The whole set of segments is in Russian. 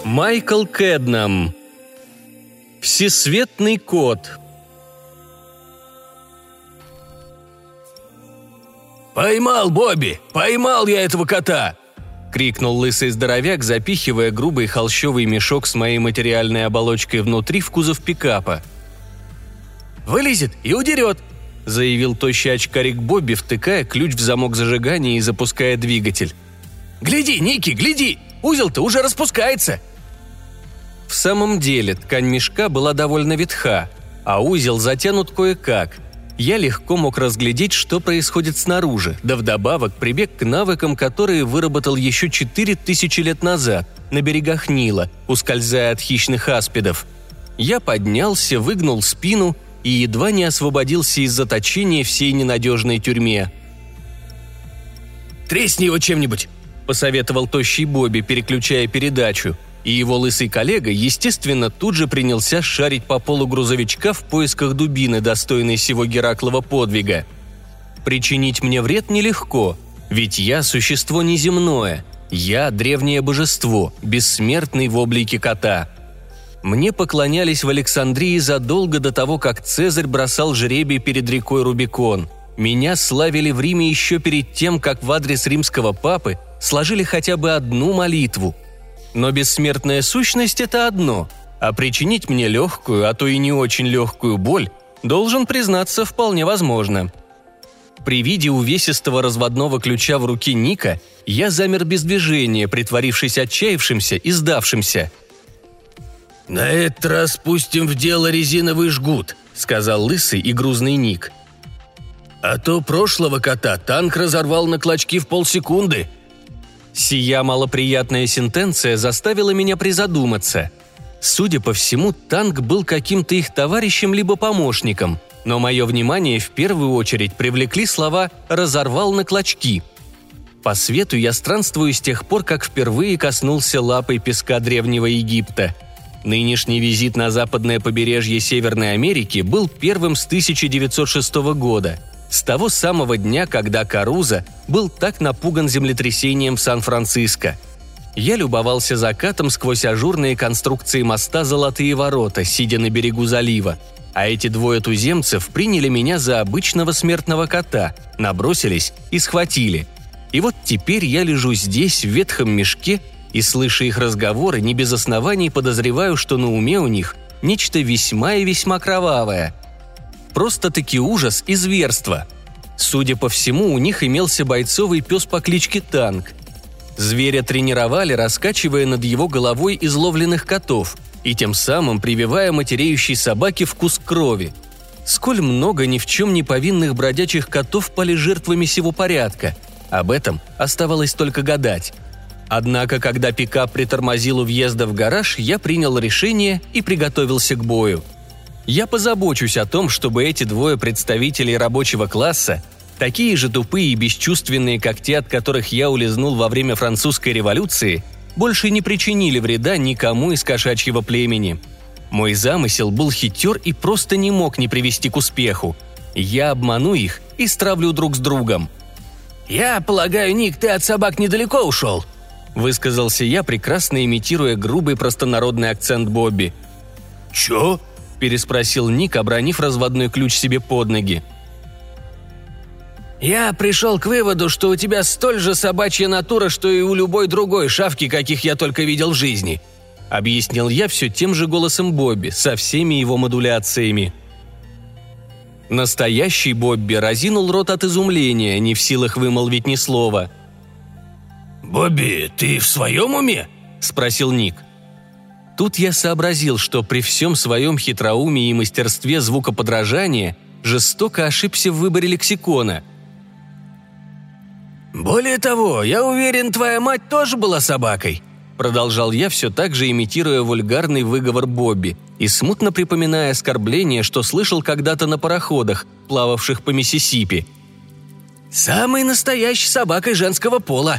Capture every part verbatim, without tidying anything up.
Майкл Кэднам. Всесветный кот. «Поймал, Бобби! Поймал я этого кота!» — крикнул лысый здоровяк, запихивая грубый холщовый мешок с моей материальной оболочкой внутри в кузов пикапа. «Вылезет и удерет!» — заявил тощий очкарик Бобби, втыкая ключ в замок зажигания и запуская двигатель. «Гляди, Ники, гляди! Узел-то уже распускается!» В самом деле ткань мешка была довольно ветха, а узел затянут кое-как. Я легко мог разглядеть, что происходит снаружи, да вдобавок прибег к навыкам, которые выработал еще четыре тысячи лет назад на берегах Нила, ускользая от хищных аспидов. Я поднялся, выгнул спину и едва не освободился из заточения в сей ненадежной тюрьме. «Тресни его чем-нибудь!» – посоветовал тощий Бобби, переключая передачу, и его лысый коллега, естественно, тут же принялся шарить по полу грузовичка в поисках дубины, достойной сего Гераклова подвига. Причинить мне вред нелегко, ведь я – существо неземное, я – древнее божество, бессмертный в облике кота. Мне поклонялись в Александрии задолго до того, как Цезарь бросал жребий перед рекой Рубикон. Меня славили в Риме еще перед тем, как в адрес римского папы сложили хотя бы одну молитву. Но бессмертная сущность – это одно, а причинить мне легкую, а то и не очень легкую боль, должен признаться, вполне возможно. При виде увесистого разводного ключа в руке Ника я замер без движения, притворившись отчаявшимся и сдавшимся. «На этот раз пустим в дело резиновый жгут», — сказал лысый и грузный Ник. «А то прошлого кота танк разорвал на клочки в полсекунды». Сия малоприятная сентенция заставила меня призадуматься. Судя по всему, танк был каким-то их товарищем либо помощником, но мое внимание в первую очередь привлекли слова «разорвал на клочки». По свету я странствую с тех пор, как впервые коснулся лапой песка Древнего Египта. Нынешний визит на западное побережье Северной Америки был первым с тысяча девятьсот шестого года, с того самого дня, когда Карузо был так напуган землетрясением в Сан-Франциско. Я любовался закатом сквозь ажурные конструкции моста «Золотые ворота», сидя на берегу залива, а эти двое туземцев приняли меня за обычного смертного кота, набросились и схватили. И вот теперь я лежу здесь, в ветхом мешке, и, слыша их разговоры, не без оснований подозреваю, что на уме у них нечто весьма и весьма кровавое. Просто-таки ужас и зверство. Судя по всему, у них имелся бойцовый пес по кличке Танк. Зверя тренировали, раскачивая над его головой изловленных котов и тем самым прививая матереющей собаке вкус крови. Сколь много ни в чем не повинных бродячих котов пали жертвами сего порядка. Об этом оставалось только гадать. Однако, когда пикап притормозил у въезда в гараж, я принял решение и приготовился к бою. Я позабочусь о том, чтобы эти двое представителей рабочего класса, такие же тупые и бесчувственные, как те, от которых я улизнул во время французской революции, больше не причинили вреда никому из кошачьего племени. Мой замысел был хитер и просто не мог не привести к успеху. Я обману их и стравлю друг с другом. «Я полагаю, Ник, ты от собак недалеко ушел», — высказался я, прекрасно имитируя грубый простонародный акцент Бобби. «Чё?» — переспросил Ник, обронив разводной ключ себе под ноги. «Я пришел к выводу, что у тебя столь же собачья натура, что и у любой другой шавки, каких я только видел в жизни», — объяснил я все тем же голосом Бобби, со всеми его модуляциями. Настоящий Бобби разинул рот от изумления, не в силах вымолвить ни слова. «Бобби, ты в своем уме?» – спросил Ник. Тут я сообразил, что при всем своем хитроумии и мастерстве звукоподражания жестоко ошибся в выборе лексикона. «Более того, я уверен, твоя мать тоже была собакой», – продолжал я, все так же имитируя вульгарный выговор Бобби и смутно припоминая оскорбление, что слышал когда-то на пароходах, плававших по Миссисипи. «Самой настоящей собакой женского пола».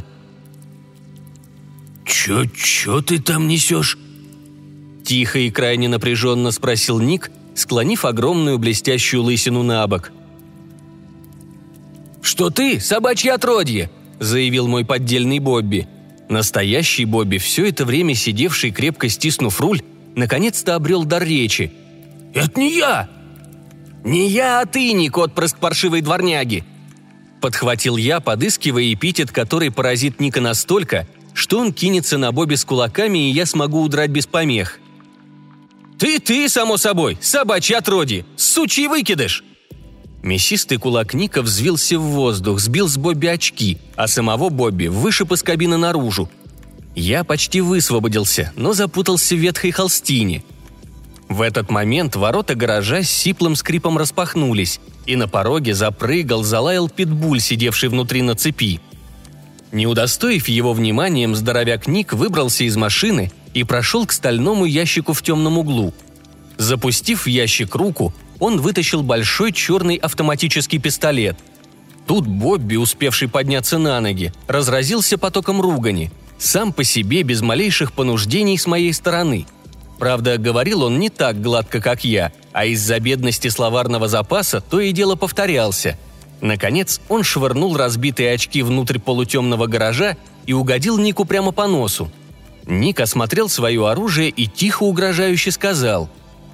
«Чё, чё ты там несешь?» Тихо и крайне напряженно спросил Ник, склонив огромную блестящую лысину на бок. «Что ты, собачье отродье», — заявил мой поддельный Бобби. Настоящий Бобби, все это время сидевший, крепко стиснув руль, наконец-то обрел дар речи. «Это не я!» «Не я, а ты, Ник, отпрыск паршивой дворняги!» Подхватил я, подыскивая эпитет, который поразит Ника настолько, что он кинется на Бобби с кулаками, и я смогу удрать без помех. «Ты, ты, само собой, собачье отродье, сучий выкидыш!» Мясистый кулак Ника взвился в воздух, сбил с Бобби очки, а самого Бобби вышиб из кабины наружу. Я почти высвободился, но запутался в ветхой холстине. В этот момент ворота гаража с сиплым скрипом распахнулись, и на пороге запрыгал, залаял питбуль, сидевший внутри на цепи. Не удостоив его вниманием, здоровяк Ник выбрался из машины и прошел к стальному ящику в темном углу. Запустив в ящик руку, он вытащил большой черный автоматический пистолет. Тут Бобби, успевший подняться на ноги, разразился потоком ругани, сам по себе без малейших понуждений с моей стороны. Правда, говорил он не так гладко, как я, а из-за бедности словарного запаса то и дело повторялся. Наконец, он швырнул разбитые очки внутрь полутемного гаража и угодил Нику прямо по носу. Ник осмотрел свое оружие и тихо угрожающе сказал: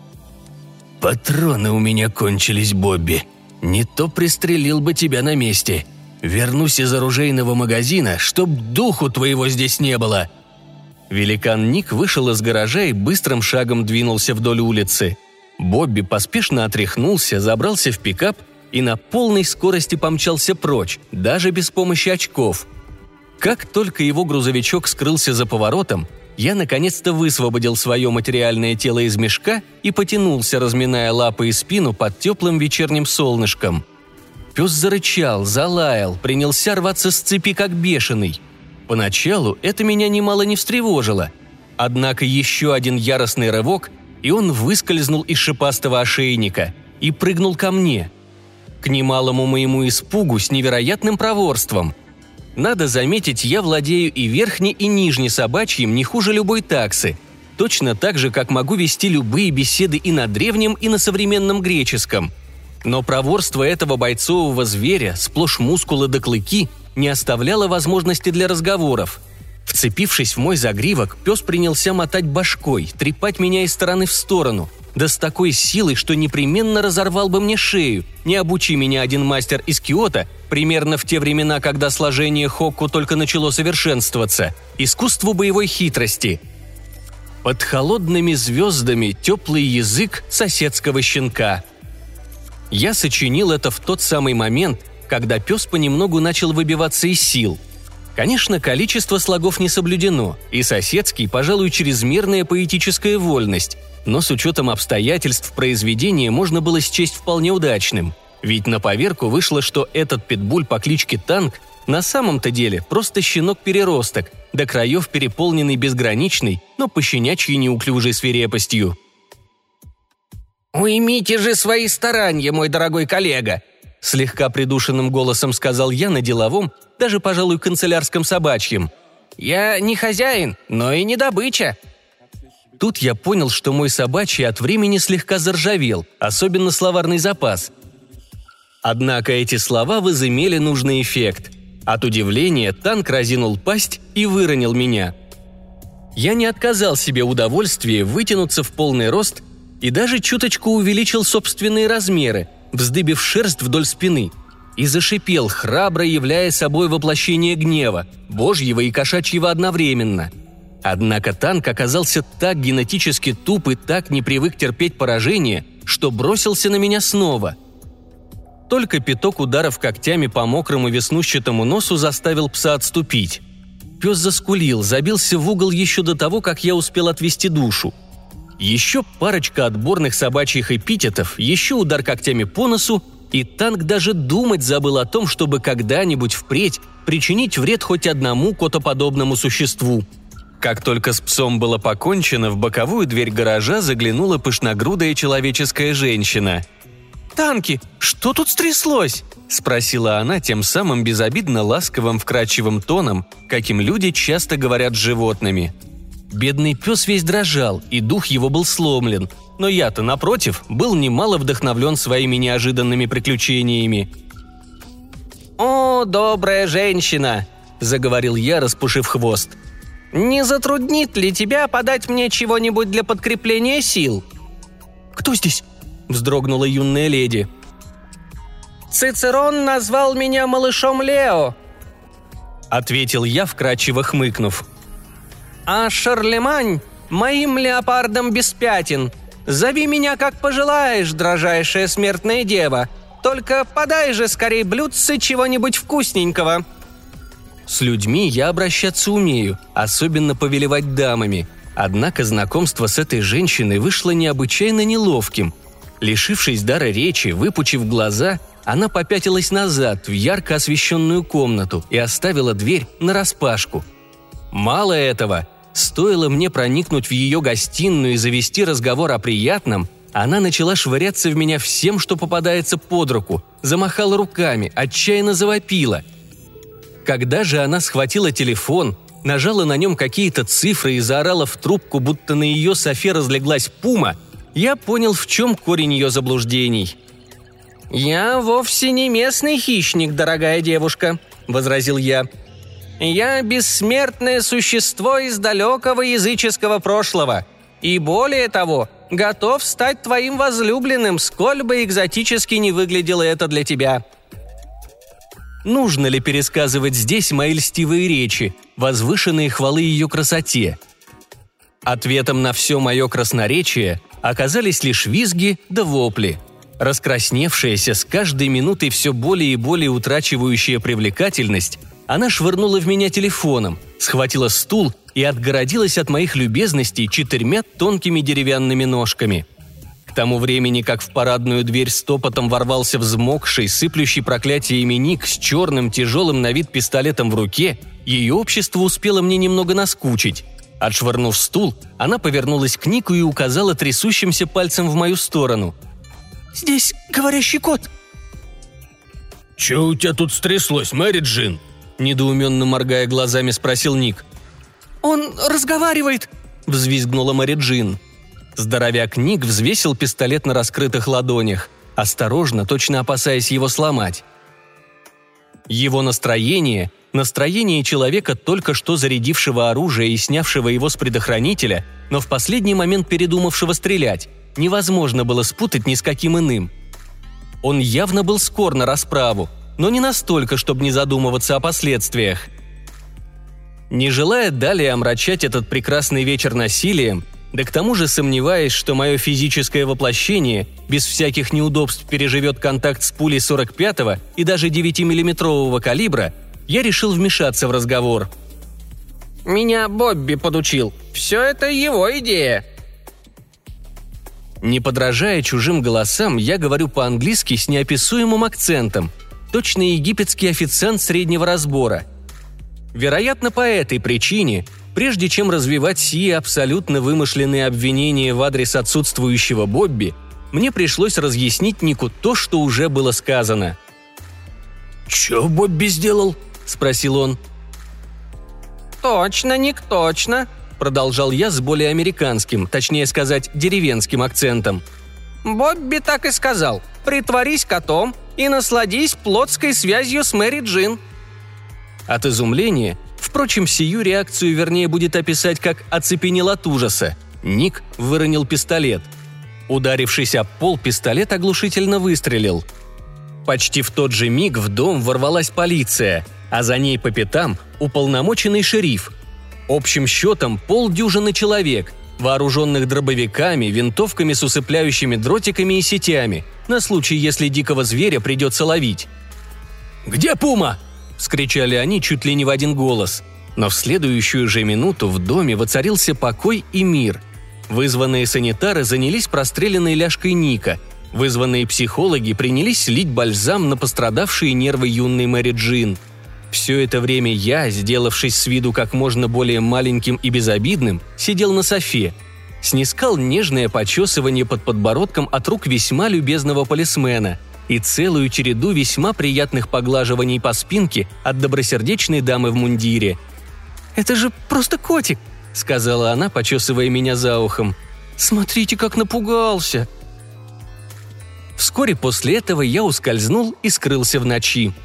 «Патроны у меня кончились, Бобби. Не то пристрелил бы тебя на месте. Вернусь из оружейного магазина, чтоб духу твоего здесь не было». Великан Ник вышел из гаража и быстрым шагом двинулся вдоль улицы. Бобби поспешно отряхнулся, забрался в пикап и на полной скорости помчался прочь, даже без помощи очков. Как только его грузовичок скрылся за поворотом, я наконец-то высвободил свое материальное тело из мешка и потянулся, разминая лапы и спину под теплым вечерним солнышком. Пес зарычал, залаял, принялся рваться с цепи как бешеный. Поначалу это меня немало не встревожило. Однако еще один яростный рывок, и он выскользнул из шипастого ошейника и прыгнул ко мне. К немалому моему испугу с невероятным проворством. Надо заметить, я владею и верхней, и нижней собачьим не хуже любой таксы. Точно так же, как могу вести любые беседы и на древнем, и на современном греческом. Но проворство этого бойцового зверя, сплошь мускулы да клыки, не оставляло возможности для разговоров. Вцепившись в мой загривок, пес принялся мотать башкой, трепать меня из стороны в сторону, да с такой силой, что непременно разорвал бы мне шею, не обучи меня один мастер из Киото, примерно в те времена, когда сложение хокку только начало совершенствоваться, искусству боевой хитрости. Под холодными звездами теплый язык соседского щенка. Я сочинил это в тот самый момент, когда пес понемногу начал выбиваться из сил. Конечно, количество слогов не соблюдено, и соседский, пожалуй, чрезмерная поэтическая вольность, но с учетом обстоятельств произведения можно было счесть вполне удачным. Ведь на поверку вышло, что этот питбуль по кличке Танк на самом-то деле просто щенок-переросток, до краев переполненный безграничной, но пощенячьей неуклюжей свирепостью. «Уймите же свои старания, мой дорогой коллега!» Слегка придушенным голосом сказал я на деловом, даже, пожалуй, канцелярском собачьем. «Я не хозяин, но и не добыча». Тут я понял, что мой собачий от времени слегка заржавел, особенно словарный запас. Однако эти слова возымели нужный эффект. От удивления Танк разинул пасть и выронил меня. Я не отказал себе удовольствия вытянуться в полный рост и даже чуточку увеличил собственные размеры, вздыбив шерсть вдоль спины, и зашипел, храбро являя собой воплощение гнева, божьего и кошачьего одновременно. Однако Танк оказался так генетически туп и так не привык терпеть поражение, что бросился на меня снова. Только пяток ударов когтями по мокрому веснущатому носу заставил пса отступить. Пес заскулил, забился в угол еще до того, как я успел отвести душу. Еще парочка отборных собачьих эпитетов, еще удар когтями по носу, и Танк даже думать забыл о том, чтобы когда-нибудь впредь причинить вред хоть одному котоподобному существу. Как только с псом было покончено, в боковую дверь гаража заглянула пышногрудая человеческая женщина. «Танки, что тут стряслось?» – спросила она тем самым безобидно ласковым вкрадчивым тоном, каким люди часто говорят с животными. Бедный пес весь дрожал, и дух его был сломлен, но я-то, напротив, был немало вдохновлен своими неожиданными приключениями. «О, добрая женщина!» – – заговорил я, распушив хвост. «Не затруднит ли тебя подать мне чего-нибудь для подкрепления сил?» «Кто здесь?» – вздрогнула юная леди. «Цицерон назвал меня малышом Лео», – ответил я, вкрадчиво хмыкнув. «А Шарлемань – моим леопардом без пятен. Зови меня как пожелаешь, дрожайшая смертная дева. Только подай же скорей блюдце чего-нибудь вкусненького». С людьми я обращаться умею, особенно повелевать дамами. Однако знакомство с этой женщиной вышло необычайно неловким. Лишившись дара речи, выпучив глаза, она попятилась назад в ярко освещенную комнату и оставила дверь нараспашку. Мало этого, стоило мне проникнуть в ее гостиную и завести разговор о приятном, она начала швыряться в меня всем, что попадается под руку, замахала руками, отчаянно завопила. Когда же она схватила телефон, нажала на нем какие-то цифры и заорала в трубку, будто на ее софе разлеглась пума, я понял, в чем корень ее заблуждений. «Я вовсе не местный хищник, дорогая девушка», — возразил я. «Я бессмертное существо из далекого языческого прошлого, и более того, готов стать твоим возлюбленным, сколь бы экзотически не выглядело это для тебя». Нужно ли пересказывать здесь мои льстивые речи, возвышенные хвалы ее красоте? Ответом на все мое красноречие оказались лишь визги да вопли. Раскрасневшаяся, с каждой минутой все более и более утрачивающая привлекательность, она швырнула в меня телефоном, схватила стул и отгородилась от моих любезностей четырьмя тонкими деревянными ножками. К тому времени, как в парадную дверь стопотом ворвался взмокший, сыплющий проклятиями Ник с черным, тяжелым на вид пистолетом в руке, ее общество успело мне немного наскучить. Отшвырнув стул, она повернулась к Нику и указала трясущимся пальцем в мою сторону. «Здесь говорящий кот!» «Че у тебя тут стряслось, Мэри Джин?» – недоуменно моргая глазами спросил Ник. «Он разговаривает!» – взвизгнула Мэри Джин. Здоровяк Ник взвесил пистолет на раскрытых ладонях, осторожно, точно опасаясь его сломать. Его настроение, настроение человека, только что зарядившего оружие и снявшего его с предохранителя, но в последний момент передумавшего стрелять, невозможно было спутать ни с каким иным. Он явно был скор на расправу, но не настолько, чтобы не задумываться о последствиях. Не желая далее омрачать этот прекрасный вечер насилием, да к тому же сомневаясь, что мое физическое воплощение без всяких неудобств переживет контакт с пулей сорок пятого и даже девятимиллиметрового калибра, я решил вмешаться в разговор. «Меня Бобби подучил. Все это его идея». Не подражая чужим голосам, я говорю по-английски с неописуемым акцентом, точно египетский официант среднего разбора. Вероятно, по этой причине, прежде чем развивать сие абсолютно вымышленные обвинения в адрес отсутствующего Бобби, мне пришлось разъяснить Нику то, что уже было сказано. «Чё Бобби сделал?» – спросил он. «Точно, Ник, точно», – продолжал я с более американским, точнее сказать, деревенским акцентом. «Бобби так и сказал. Притворись котом и насладись плотской связью с Мэри Джин». От изумления, впрочем, сию реакцию вернее будет описать как «оцепенел от ужаса», Ник выронил пистолет. Ударившись об пол, пистолет оглушительно выстрелил. Почти в тот же миг в дом ворвалась полиция, а за ней по пятам уполномоченный шериф. Общим счетом полдюжины человек, вооруженных дробовиками, винтовками с усыпляющими дротиками и сетями, на случай, если дикого зверя придется ловить. «Где Пума?» – вскричали они чуть ли не в один голос. Но в следующую же минуту в доме воцарился покой и мир. Вызванные санитары занялись простреленной ляжкой Ника. Вызванные психологи принялись лить бальзам на пострадавшие нервы юной Мэри Джин. Все это время я, сделавшись с виду как можно более маленьким и безобидным, сидел на софе. Снискал нежное почесывание под подбородком от рук весьма любезного полисмена и целую череду весьма приятных поглаживаний по спинке от добросердечной дамы в мундире. «Это же просто котик», — сказала она, почесывая меня за ухом. «Смотрите, как напугался!» Вскоре после этого я ускользнул и скрылся в ночи.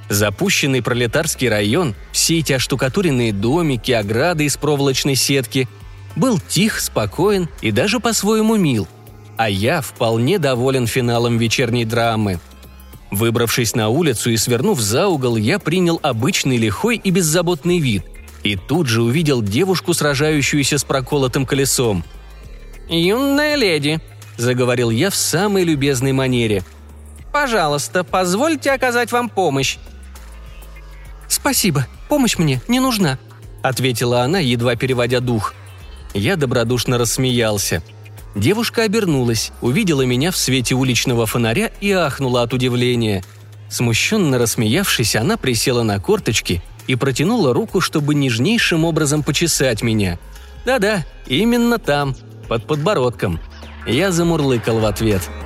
Запущенный пролетарский район, все эти оштукатуренные домики, ограды из проволочной сетки, был тих, спокоен и даже по-своему мил. А я вполне доволен финалом вечерней драмы. Выбравшись на улицу и свернув за угол, я принял обычный лихой и беззаботный вид. И тут же увидел девушку, сражающуюся с проколотым колесом. «Юная леди», — заговорил я в самой любезной манере. «Пожалуйста, позвольте оказать вам помощь». «Спасибо, помощь мне не нужна», — ответила она, едва переводя дух. Я добродушно рассмеялся. Девушка обернулась, увидела меня в свете уличного фонаря и ахнула от удивления. Смущенно рассмеявшись, она присела на корточки и протянула руку, чтобы нежнейшим образом почесать меня. Да-да, именно там, под подбородком. Я замурлыкал в ответ –